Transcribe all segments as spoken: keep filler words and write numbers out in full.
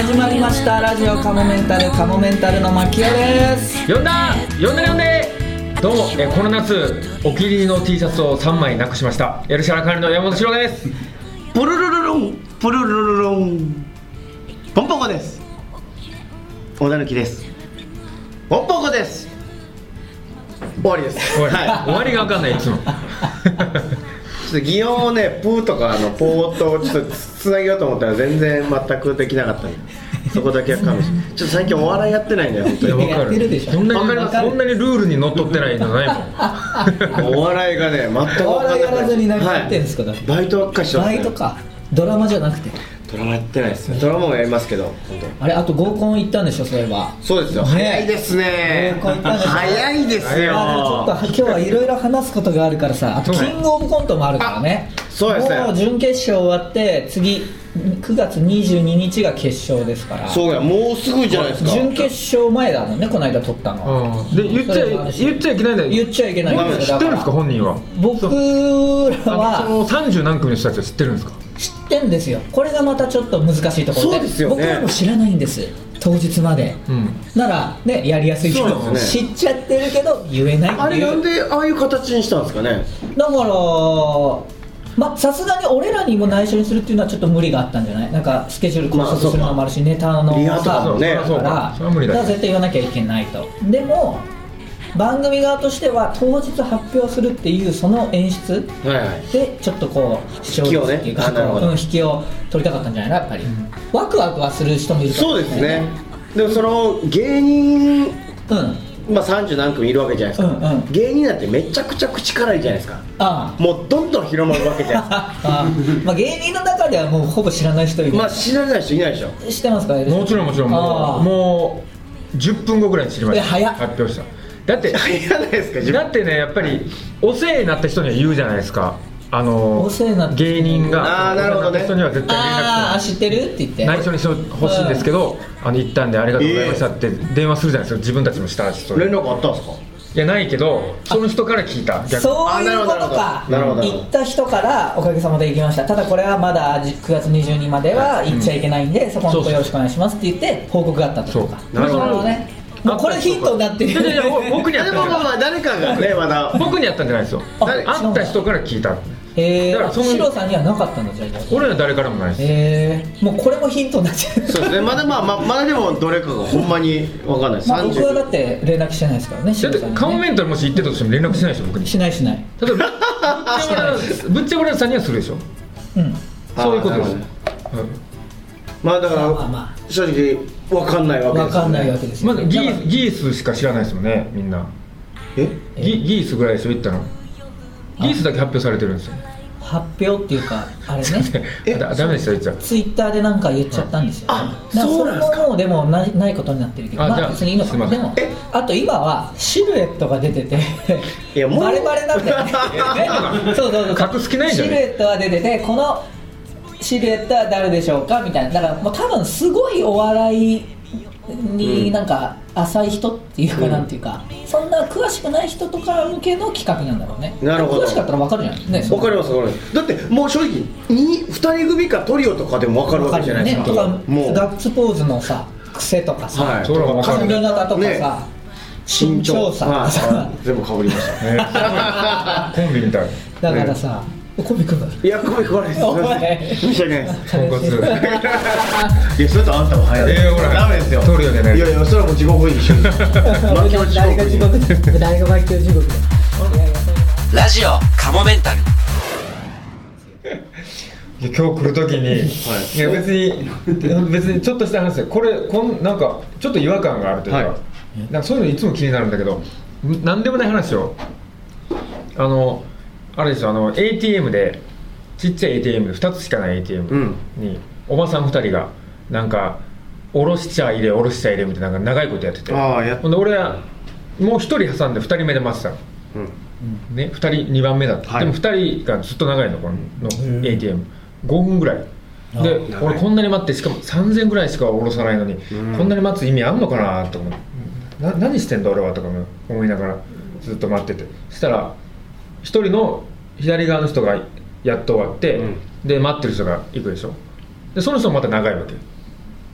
始まりましたラジオカモメンタル、カモメンタルの牧雄です。 呼んだ呼んだ呼んでどうも、えこの夏お気に入りの T シャツをさんまいなくしました。やるしゃら管理の山本史郎です。 プルルルルンプルルルルンポンポコです。小田貫です。ポンポコです。終わりです。 終わり、はい、終わりが分かんないいつもちょっと擬音をね、プーとかあのポーとちょっとつなげようと思ったら全然全くできなかったんで、そこだけは勘弁して。ちょっと最近お笑いやってないんだよ本当に。 いや分かる。そんなにそんなにルールにのっとってないのないもん。 お笑いがね全く分かんない。お笑いやらずに何やってんですか、はい、 バイトばっかりしてますね。 バイトか。ドラマじゃなくて。 ドラマやってないですよ。ドラマもやりますけど本当。 あれ、あと合コン行ったんでしょ、そういえば。 そうですよ、ね、早いですね。 合コン行ったんでしょ。 早いですよ。 ちょっと今日はいろいろ話すことがあるからさ、あとキングオブコントもあるからね。 そうですね。 もう準決勝終わって次くがつにじゅうににちが決勝ですから。 そうや、もうすぐじゃないですか。 準決勝前だもんね、この間撮ったの。 で言っちゃ言っちゃいけないんだよ。 言っちゃいけないんですよ。 知ってるんですか本人は。 僕らはそのさんじゅうなんくみの人たちは知ってるんですか。 知ってんですよ。これがまたちょっと難しいところで、 そうですよね、 僕らも知らないんです当日まで、うん、ならねやりやすいけど、ね、知っちゃってるけど言えないっていう。 あれなんでああいう形にしたんですかね。 だからま、さすがに俺らにも内緒にするっていうのはちょっと無理があったんじゃない。なんかスケジュール拘束するのもあるし、まあ、ネタのリハとかもね、 だからだから絶対言わなきゃいけないと。でも番組側としては当日発表するっていうその演出でちょっとこう視聴率っていうか、うん、引きを取りたかったんじゃないのやっぱり、うん、ワクワクはする人もいるから、ね、 そうですね。でもその芸人、 うん、 まあ、さんじゅうなんくみいるわけじゃないですか、うんうん、芸人なんてめちゃくちゃ口辛いじゃないですか。ああ、もうどんどん広まるわけじゃないですか。 ああ、まあ、芸人の中ではもうほぼ知らない人いる。 まあ知らない人いないでしょ。 知ってますか。 もちろんもちろん。もう、もうじゅっぷんごぐらいに知りました。 早っ。 発表した。だって早ないですか。 だってね、やっぱりお世話になった人には言うじゃないですか。あの芸人があ、なるほどね、 人には絶対連絡する。 ああ、知ってるって言って内緒にしてほしいんですけど、あの行ったんでありがとうございましたって電話するじゃないですか。自分たちもした人連絡あったんですか。 いやないけど、その人から聞いた。 逆そういうことか。行った人からおかげさまで行きました。ただこれはまだくがつにじゅうににちまでは行っちゃいけないんで、うん、そこのとこよろしくお願いしますって言って報告があったとか。 なるほどね。 もうこれヒントになってる。いやいや、 僕にやったんじゃない。 まあまあ誰かがね、まだ僕にやったんじゃないですよ。会った人から聞いた。 へえ。だからそのシロさんにはなかったのじゃあ。 俺は誰からもないです。 へえ。もうこれもヒントになっちゃう。 そうですね。まだまあまあまだでもどれかがほんまに分かんないです。 まあ、僕はだって連絡してないですからね。 だってカモメンタルもし言ってたとしても連絡しないでしょ僕に。 しないしない。 例えばぶっちゃぶらさんにはするでしょ。うん。そういうことです。 まあだから、まあまあ、正直分かんないわけですよね。分かんないわけですよね。 まずギーギースしか知らないですもんね、みんな。 えギギースぐらいでしょ言ったの。ギースだけ発表されてるんですよ。 発表っていうかあれねえだダメですよ言っちゃう。 ツイッターでなんか言っちゃったんですよ、ね。 あ、そうなんですか。 それももうでもない、ないことになってるけど、まあ別にいいのかも。でもあと今はシルエットが出てていやもうバレバレなんだよね。そうそうそう。 隠す気ないんじゃない。 シルエットは出てて、このシルエットは誰でしょうかみたいな。だからもう多分すごいお笑いになんか浅い人っていうか、なんていうか、うん、そんな詳しくない人とか向けの企画なんだろうね。 なるほど。 詳しかったら分かるじゃんね。 分かります分かります。だってもう正直にふたり組かトリオとかでも分かるわけじゃないですか。 とかもうガッツポーズのさ癖とかさ、はい、髪型とかさ、ね、身長差とかさ、 はい、全部被りましたね。 コンビみたい。 だからさ、ね、コンビ組んだ。 いやコンビ組まないです。申し訳ないです。 ポンコツ。 いやそれとあんたも早い。 えー、ほらダメですよ。 取るよね。 いやいやそれはもう地獄に一緒に。 誰が地獄で誰が巻き地獄で。 ラジオカモメンタル。 今日来るときに、はい、いや別に別にちょっとした話でこれこんなんかちょっと違和感があるというか、はい、なんかそういうのいつも気になるんだけど、なんでもない話をあの。あれですよ、あの エーティーエム でちっちゃい エーティーエム でふたつしかない エーティーエム に、うん、おばさんふたりがなんかおろしちゃ入れおろしちゃ入れみたいななんか長いことやってて、あやほんで俺はもうひとり挟んでふたりめで待ってたの、うんね、ふたりにばんめだった、はい、でもふたりがずっと長いのこの エーティーエム、ごふんぐらいで俺こんなに待ってしかもさんぜんぐらいしかおろさないのに、うん、こんなに待つ意味あんのかなと思って、な何してんだ俺はとか思いながらずっと待ってて、そしたら一人の左側の人がやっと終わって、うん、で待ってる人が行くでしょ。でその人もまた長いわけ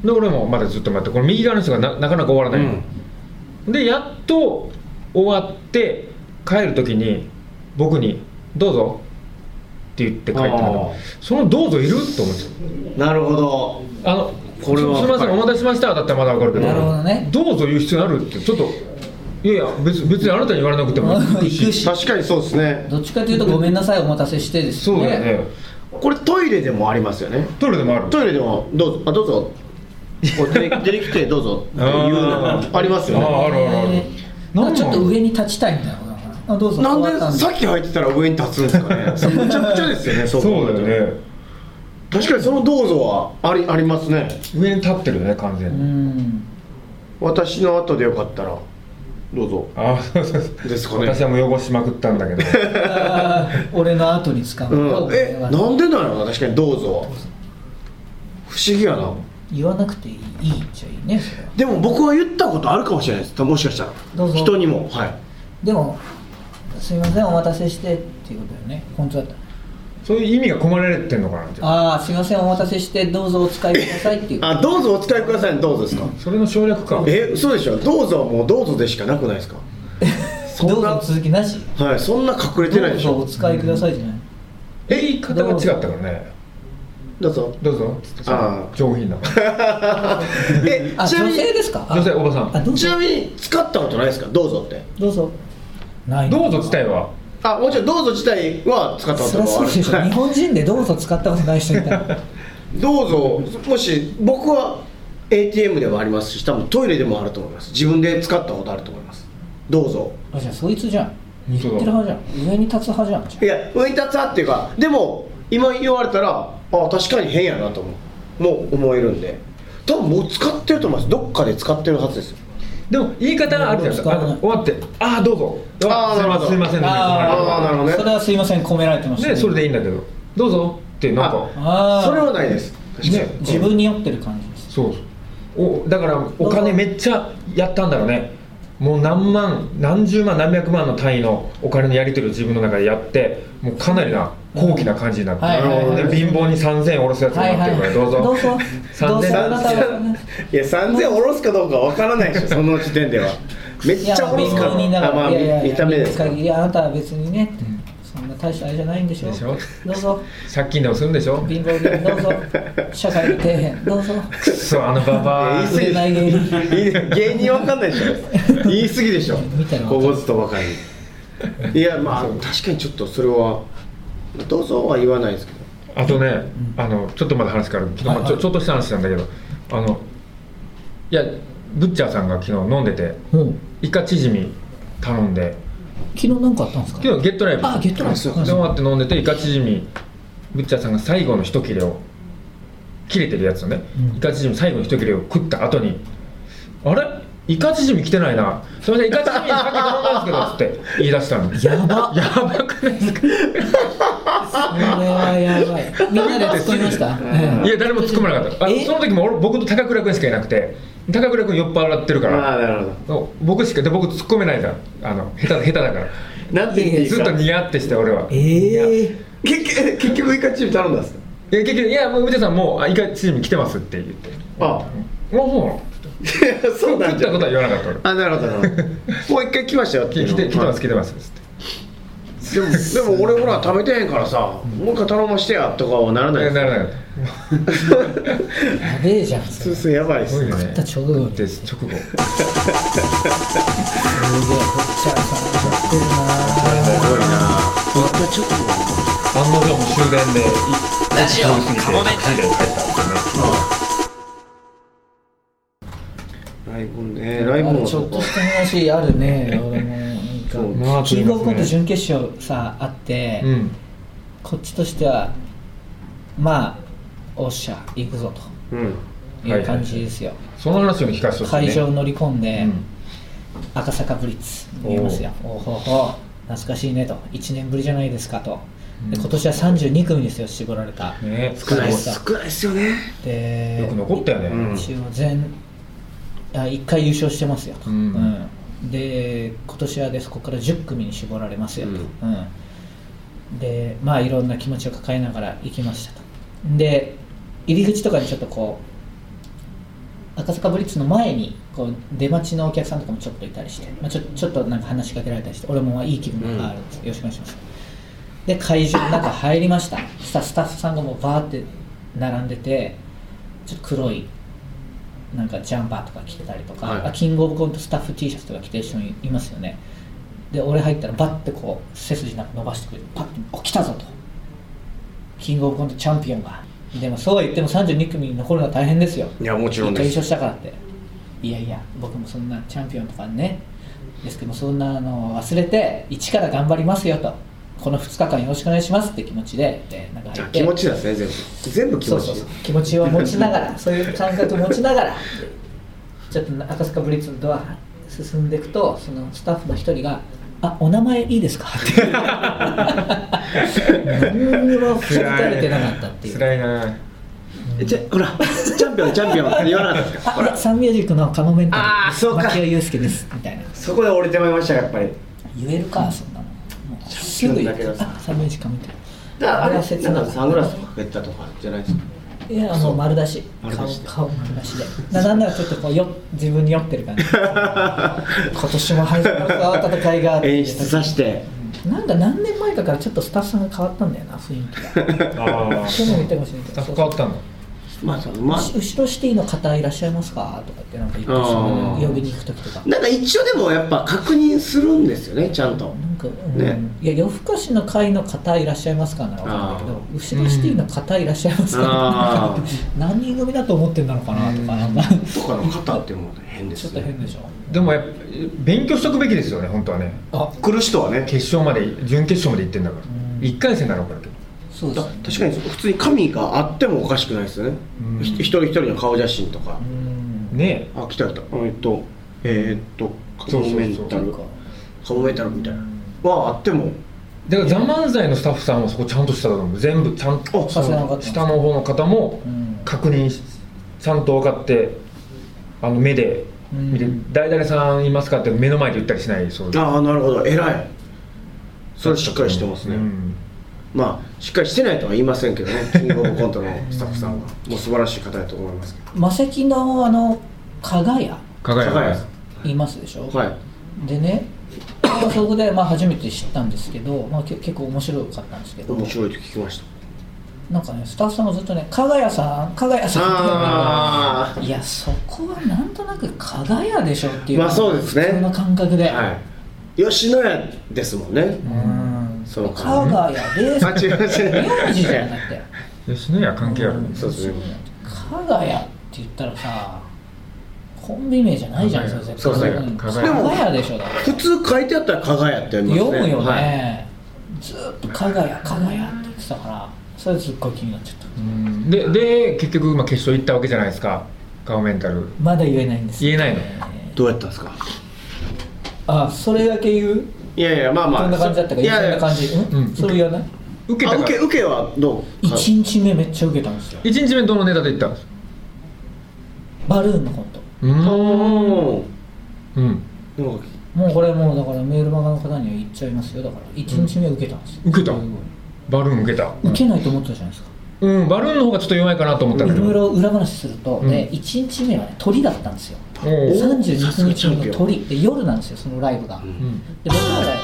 で俺もまだずっと待って、この右側の人が な, なかなか終わらない、うん、でやっと終わって帰る時に僕にどうぞって言って帰ってくる。そのどうぞいると思って。 なるほど。 あのこれはすみませんお待たせしましただったらまだ分かるけど、 なるほどね、 どうぞ言う必要あるってちょっといやいや 別, 別にあなたに言われなくても行くし確かにそうですね。 どっちかというとごめんなさいお待たせしてですよね。 そうだよね。 これトイレでもありますよね。 トイレでもある。 トイレでもどうぞあどうぞこう出て出てきてどうぞっていうのありますよね。 ああるあるある、えー、なんかちょっと上に立ちたいんだろうな。あどうぞ。 なんでさっき入ってたら上に立つんですかね。めちゃくちゃですよね。 そうだよね。 確かにそのどうぞはありありますね。 上に立ってるね完全に。 うん私の後でよかったらどうぞ。 あそうそうそうですかね。 私はもう汚しまくったんだけど俺の後に使うの、 うん、えなんでなの。確かにどうぞ不思議やな。 言わなくていいいいっちゃいいねそれは。 でも僕は言ったことあるかもしれないです。もしかしたらどうぞ人にも。はいでもすいませんお待たせしてっていうことだよね本当だったら。 そういう意味が込まれてんのかな。 ああすいませんお待たせしてどうぞお使いくださいっていうあどうぞお使いくださいどうぞですか。 それの省略か。 えそうでしょ。どうぞはもうどうぞでしかなくないですか。 どうぞ続きなし。 はいそんな隠れてないでしょ。 どうぞお使いくださいじゃない、 うん、言い方が違ったからね。 どうぞどうぞあ上品なえあちなみに女性ですか。 女性おばさん。 あちなみに使ったことないですかどうぞって。 どうぞない。 どうぞ自体はあもちろんどうぞ自体は使ったことはある。 そりゃそうでしょ日本人でどうぞ使ったことない人いたらどうぞもし僕は エーティーエム でもありますし多分トイレでもあると思います。自分で使ったことあると思います。どうぞ。 あじゃあそいつじゃん言ってる派じゃん上に立つ派じゃん。 いや上に立つ派っていうかでも今言われたらあ確かに変やなと思うもう思えるんで多分もう使ってると思います。どっかで使ってるはずですよ。 でも言い方があるじゃないですか。終わってああどうぞあなるほどすいませんああなるほどね。 それはすいません込められてましたね。 ねそれでいいんだけどどうぞってなんかあそれはないです。 ね自分に酔ってる感じです。 そうおだからお金めっちゃやったんだろうね。もう何万何十万何百万の単位のお金のやり取りを自分の中でやってもうかなりな高貴な感じになって、はいはいはい、で貧乏にさんぜんえん下ろすやつになってるから、はいはい、どうぞどうぞさんぜんえんいやさんぜんえん下ろすかどうかわからないでしょその時点ではめっちゃ下ろすからあ、まあ、いやいや見た目ですか。 いやあなたは別にね、うん、そんな大したあれじゃないんでしょ。でしょどうぞ借金でもするんでしょ貧乏人どうぞ社会の底辺どうぞくそあのババア売れない芸人芸人わかんないでしょ言い過ぎでしょここずとばかりいやまあ確かにちょっとそれはどうぞは言わないですけどあとね、うん、あのちょっとまだ話変わるちょ、はいはい、ちょっとした話なんだけどあのいやブッチャーさんが昨日飲んでて、うん、イカチヂミ頼んで昨日何かあったんですか。 昨日ゲットライブあゲットライブで終わって飲んでてイカチヂミブッチャーさんが最後の一切れを切れてるやつをね、うん、イカチヂミ最後の一切れを食った後にあれイカチヂミ来てないなすみませんイカチヂミさっき頼んだんですけどって言い出したんですやばやばくないですかそれはやばいみんなで突っ込みましたいや誰も突っ込まなかったあその時も僕と高倉君しかいなくて高倉君酔っ払ってるからあなるほど僕しかで僕突っ込めないじゃんあの下手下手だからなんて言うずっとニヤってして俺はえー、 結, 結局イカチヂミ頼んだんですか。 いや結局いやもう藤田さんもうイカチヂミ来てますって言ってあもうもうそうなんじゃ食ったことは言わなかった俺あなるほどもう一回来ましたよって来て来てます来てますでもでも俺ほら食べてへんからさ、うん、もう一回頼ましてやとかはならないですならなかったやべえじゃんそうそうやばいっすね食った直後です直後すげえぶっちゃらさんやってるなすごいなぶった直後案の定も終電でラジオカモメンタル帰ったんですよねライブねライブもちょっとした話あるね俺もなんかキングオブコント準決勝さあって、うん、こっちとしてはまあおっしゃ行くぞという感じですよ、うんはいはい、 その話を聞かせてほしいね会場乗り込んで、うん、赤坂ブリッツ見えますよおほほ懐かしいねといちねんぶりじゃないですかとで今年はさんじゅうにくみですよ絞られた、 ね、少ない少ないですよねでよく残ったよね一応全いっかい優勝してますよと、うんうん、で今年はでそこからじゅっくみに絞られますよと、うんうん、でまあいろんな気持ちを抱えながら行きましたとで入り口とかにちょっとこ赤坂ブリッツの前にこう出待ちのお客さんとかもちょっといたりして、まあ、ちょ, ちょっとなんか話しかけられたりして、俺もまあいい気分があるんです、うん、よろしくお願いします。で会場の中入りました。スタッフさんがもうバーって並んでて、ちょっと黒いなんかジャンパーとか着てたりとか、はい、キングオブコントスタッフ T シャツとか着てる人いますよね。で俺入ったらバッてこう背筋なんか伸ばしてくれて、パッてお来たぞと、キングオブコントチャンピオンが。でもそうは言ってもさんじゅうに組に残るのは大変ですよ。 いやもちろんです。 優勝したからって、いやいや僕もそんなチャンピオンとかねですけども、そんなの忘れて一から頑張りますよと、このふつかかんよろしくお願いしますって気持ちで、でなんか入って、 気持ちですね、全部全部気持ち。 そうそうそう、気持ちを持ちながらそういう感覚を持ちながらちょっと赤坂ブリッツのドア進んでいくと、そのスタッフの一人があ、お名前いいですかって何にも聞かれてなかったっていう。 辛いな。 じゃほらチャンピオンチャンピオンって言わなかったですか。 あ、いやサンミュージックのカモメンタル、 あ、そうか、 牧尾祐介ですみたいな。 そこで折れてまいりましたが、やっぱり言えるか、そんなのもうすぐ言って、あ、サンミュージックみたいな。 だからあれは切な。サングラスとかかけたとかじゃないですか。 いや、もう丸出し、顔、顔丸出しで、なんならちょっとこうよ自分に酔ってる感じ今年も始まるぞ戦いがあって演出させて、 なんか何年前かからちょっとスタッフさんが変わったんだよな、雰囲気が。ああ、去年も言ったかもしれないけど、 スタッフ変わったの。 まあまあ、 後ろシティの方いらっしゃいますかとかってなんか言って、呼びに行く時とかなんか一応でもやっぱ確認するんですよね、ちゃんと。なんか、うん、 ね、いや夜更かしの会の方いらっしゃいますかなら分かるんだけど、後ろシティの方いらっしゃいますか、うん、何人組だと思ってんだのかなとか、なんかとかの方ってもう変ですね。 ちょっと変でしょ。 でもやっぱ勉強しとくべきですよね、本当はね。 あ、来る人はね、 決勝まで準決勝まで行ってんだから、いっかい戦だろうからけど。 そうですね、 確かに普通に紙があってもおかしくないですよね。一人一人の顔写真とかね。 あ、来た来た、えっとえー、っとカモメンタルカモメンタルみたいなはあっても、 だから「ザ漫才のスタッフさんはそこちゃんとしたと思う。全部ちゃんと下の方の方も確認しちゃんと分かって、あの目で見て「誰々さんいますか?」って目の前で言ったりしない。そう。 ああ、なるほど、偉い。それしっかりしてますね。うん、まあしっかりしてないとは言いませんけどね、キングオブコントのスタッフさんはもう素晴らしい方だと思いますけど。 マセキのあの加賀屋加賀屋いますでしょ。 はい。 でね、そこでまあ初めて知ったんですけど、まあ、け結構面白かったんですけど、 面白いと聞きました。 なんかね、スタッフさんがずっとね、加賀屋さん加賀屋さんって言うから、いやそこはなんとなく加賀屋でしょっていう、 まあそうですね、 普通の感覚で、 はい、吉野家ですもんね。うん、 その加賀屋です。 あ、違う違う、 名字じゃなくて吉野家関係ある。 そうですね。 加賀屋って言ったらさ、コンビ名じゃないじゃん。そうそうそう。でも加賀屋でしょ。だ普通書いてあったら加賀屋って読みますね。 読むよね。 はい、 ずっと加賀屋加賀屋って言ってたから、それすっごい気になっちゃった。 うん、でで結局まあ決勝行ったわけじゃないですか。カモメンタル。 まだ言えないんです。 言えないの。 どうやったんですか。 あ、それだけ言う。 いやいや、まあまあ。 こんな感じだったから。いやいや、そんな感じ。うん。それ言わない。 受けた。受け受けはどう。 一日目めっちゃ受けたんですよ。 一日目どのネタで行ったんですか。 バルーンのコント。 うん。うん。 もうこれもうだからメールマガの方には言っちゃいますよ。だから一日目受けたんですよ。 受けた。バルーン受けた。 受けないと思ったじゃないですか。 うん、バルーンの方がちょっと弱いかなと思ったんだけど、 いろいろ裏話すると、うん、でいちにちめはね鳥だったんですよ。さんじゅうににちめの鳥で夜なんですよ、そのライブが。うん、で僕らが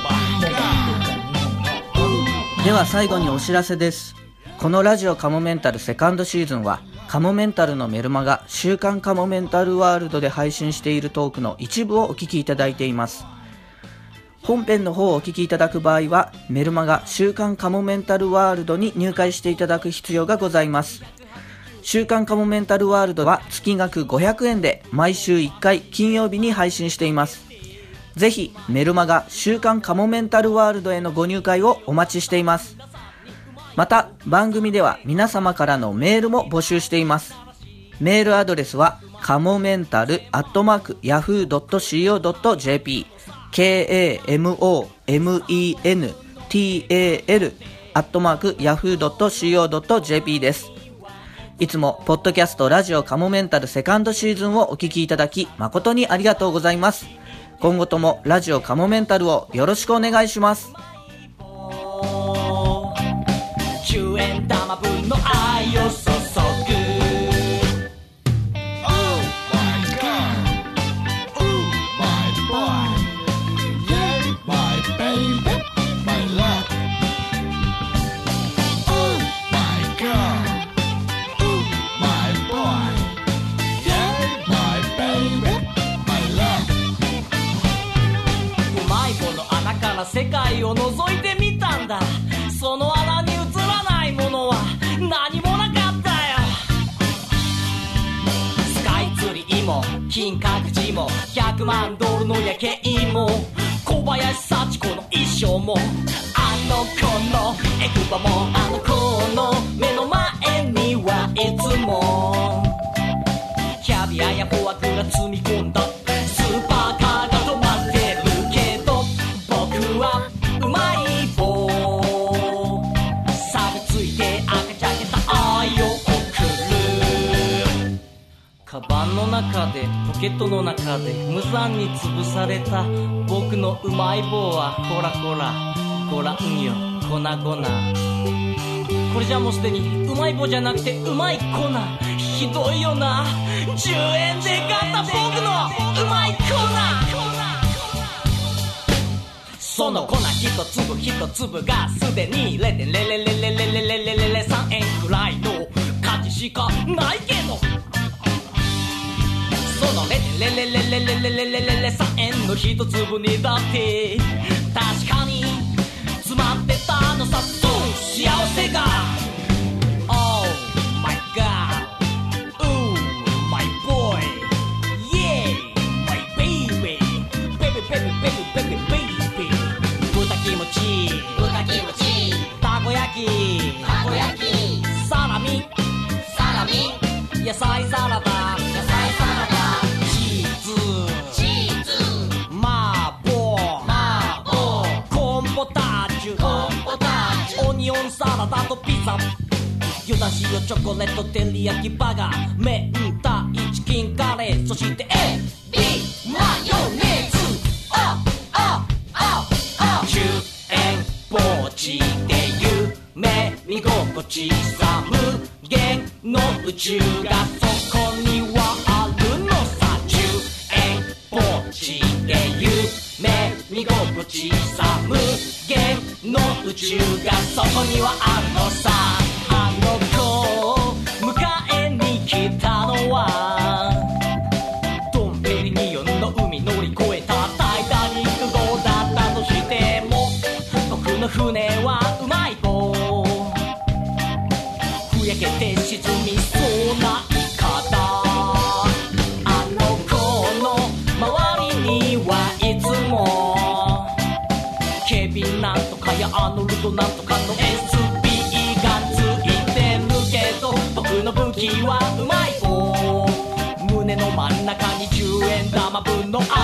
では最後にお知らせです。このラジオカモメンタルセカンドシーズンはカモメンタルのメルマガ週刊カモメンタルワールドで配信しているトークの一部をお聞きいただいています。本編の方をお聞きいただく場合はメルマガ週刊カモメンタルワールドに入会していただく必要がございます。週刊カモメンタルワールドは月額ごひゃくえんで毎週いっかい金曜日に配信しています。ぜひメルマガ週刊カモメンタルワールドへのご入会をお待ちしています。また番組では皆様からのメールも募集しています。メールアドレスはカモメンタルアットマークヤフードットシーオードットジェーピーケーエーエムオーエムイーエヌティーエーエル アットマークヤフードットシーオードットジェーピー です。いつもポッドキャストラジオカモメンタルセカンドシーズンをお聞きいただき誠にありがとうございます。今後ともラジオカモメンタルをよろしくお願いします。じゅうえん玉分の愛を注ぐから世界を覗いてみたんだ。その穴に映らないものは何もなかったよ。スカイツリーも金閣寺もひゃくまんドルの夜景も小林幸子の衣装もあの子のエクバもあの子の目の前にはいつもキャビアやフォアグラ積み込んだスーパーカーが止まってるけど僕はうまい棒錆びついて赤ちゃけた愛を送る。カバンの中でポケットの中で無残に潰された僕のうまい棒はこらこらごらんよ粉々。これじゃもうすでにうまい棒じゃなくてうまい粉。ひどいよな。じゅうえんで買った僕のうまい粉。その粉一粒一粒がすでに れいてんれいれいれいれいれいれいれいれいさん 円くらいの価値しかないけど、その れいてんれいれいれいれいれいれいれいれいさん 円の一粒にだって確かに詰まってたのさ。そう幸せが Oh my god Ooh my boy Yeah my baby Baby baby baby baby baby 豚キムチ豚キムチたこ焼きたこ焼きサラミサラミ野菜サラダ野菜サラダチーズチーズ麻婆麻婆コーンポタージュコーンポタージュオニオンサラダとピザユダ塩チョコレート照り焼きバーガー明太チキンカレーそしてエビマヨネーズああああじゅうえんポーチで夢見心地さ無限の宇宙がそこにはあるのさ。じゅうえんポーチで夢見心地さ無限の宇宙がそこにはあるのさ。あの子を迎えに来たのはドンペリニオンの海乗り越えたタイタニック号だったとしても僕の船はうまい棒ふやけて沈みそうなイカだ。あの子の周りにはいつもケビンなんとかやアーノルドなんとかの エスピー がついてるけど僕の武器はうまい棒胸の真ん中にじゅうえん玉分の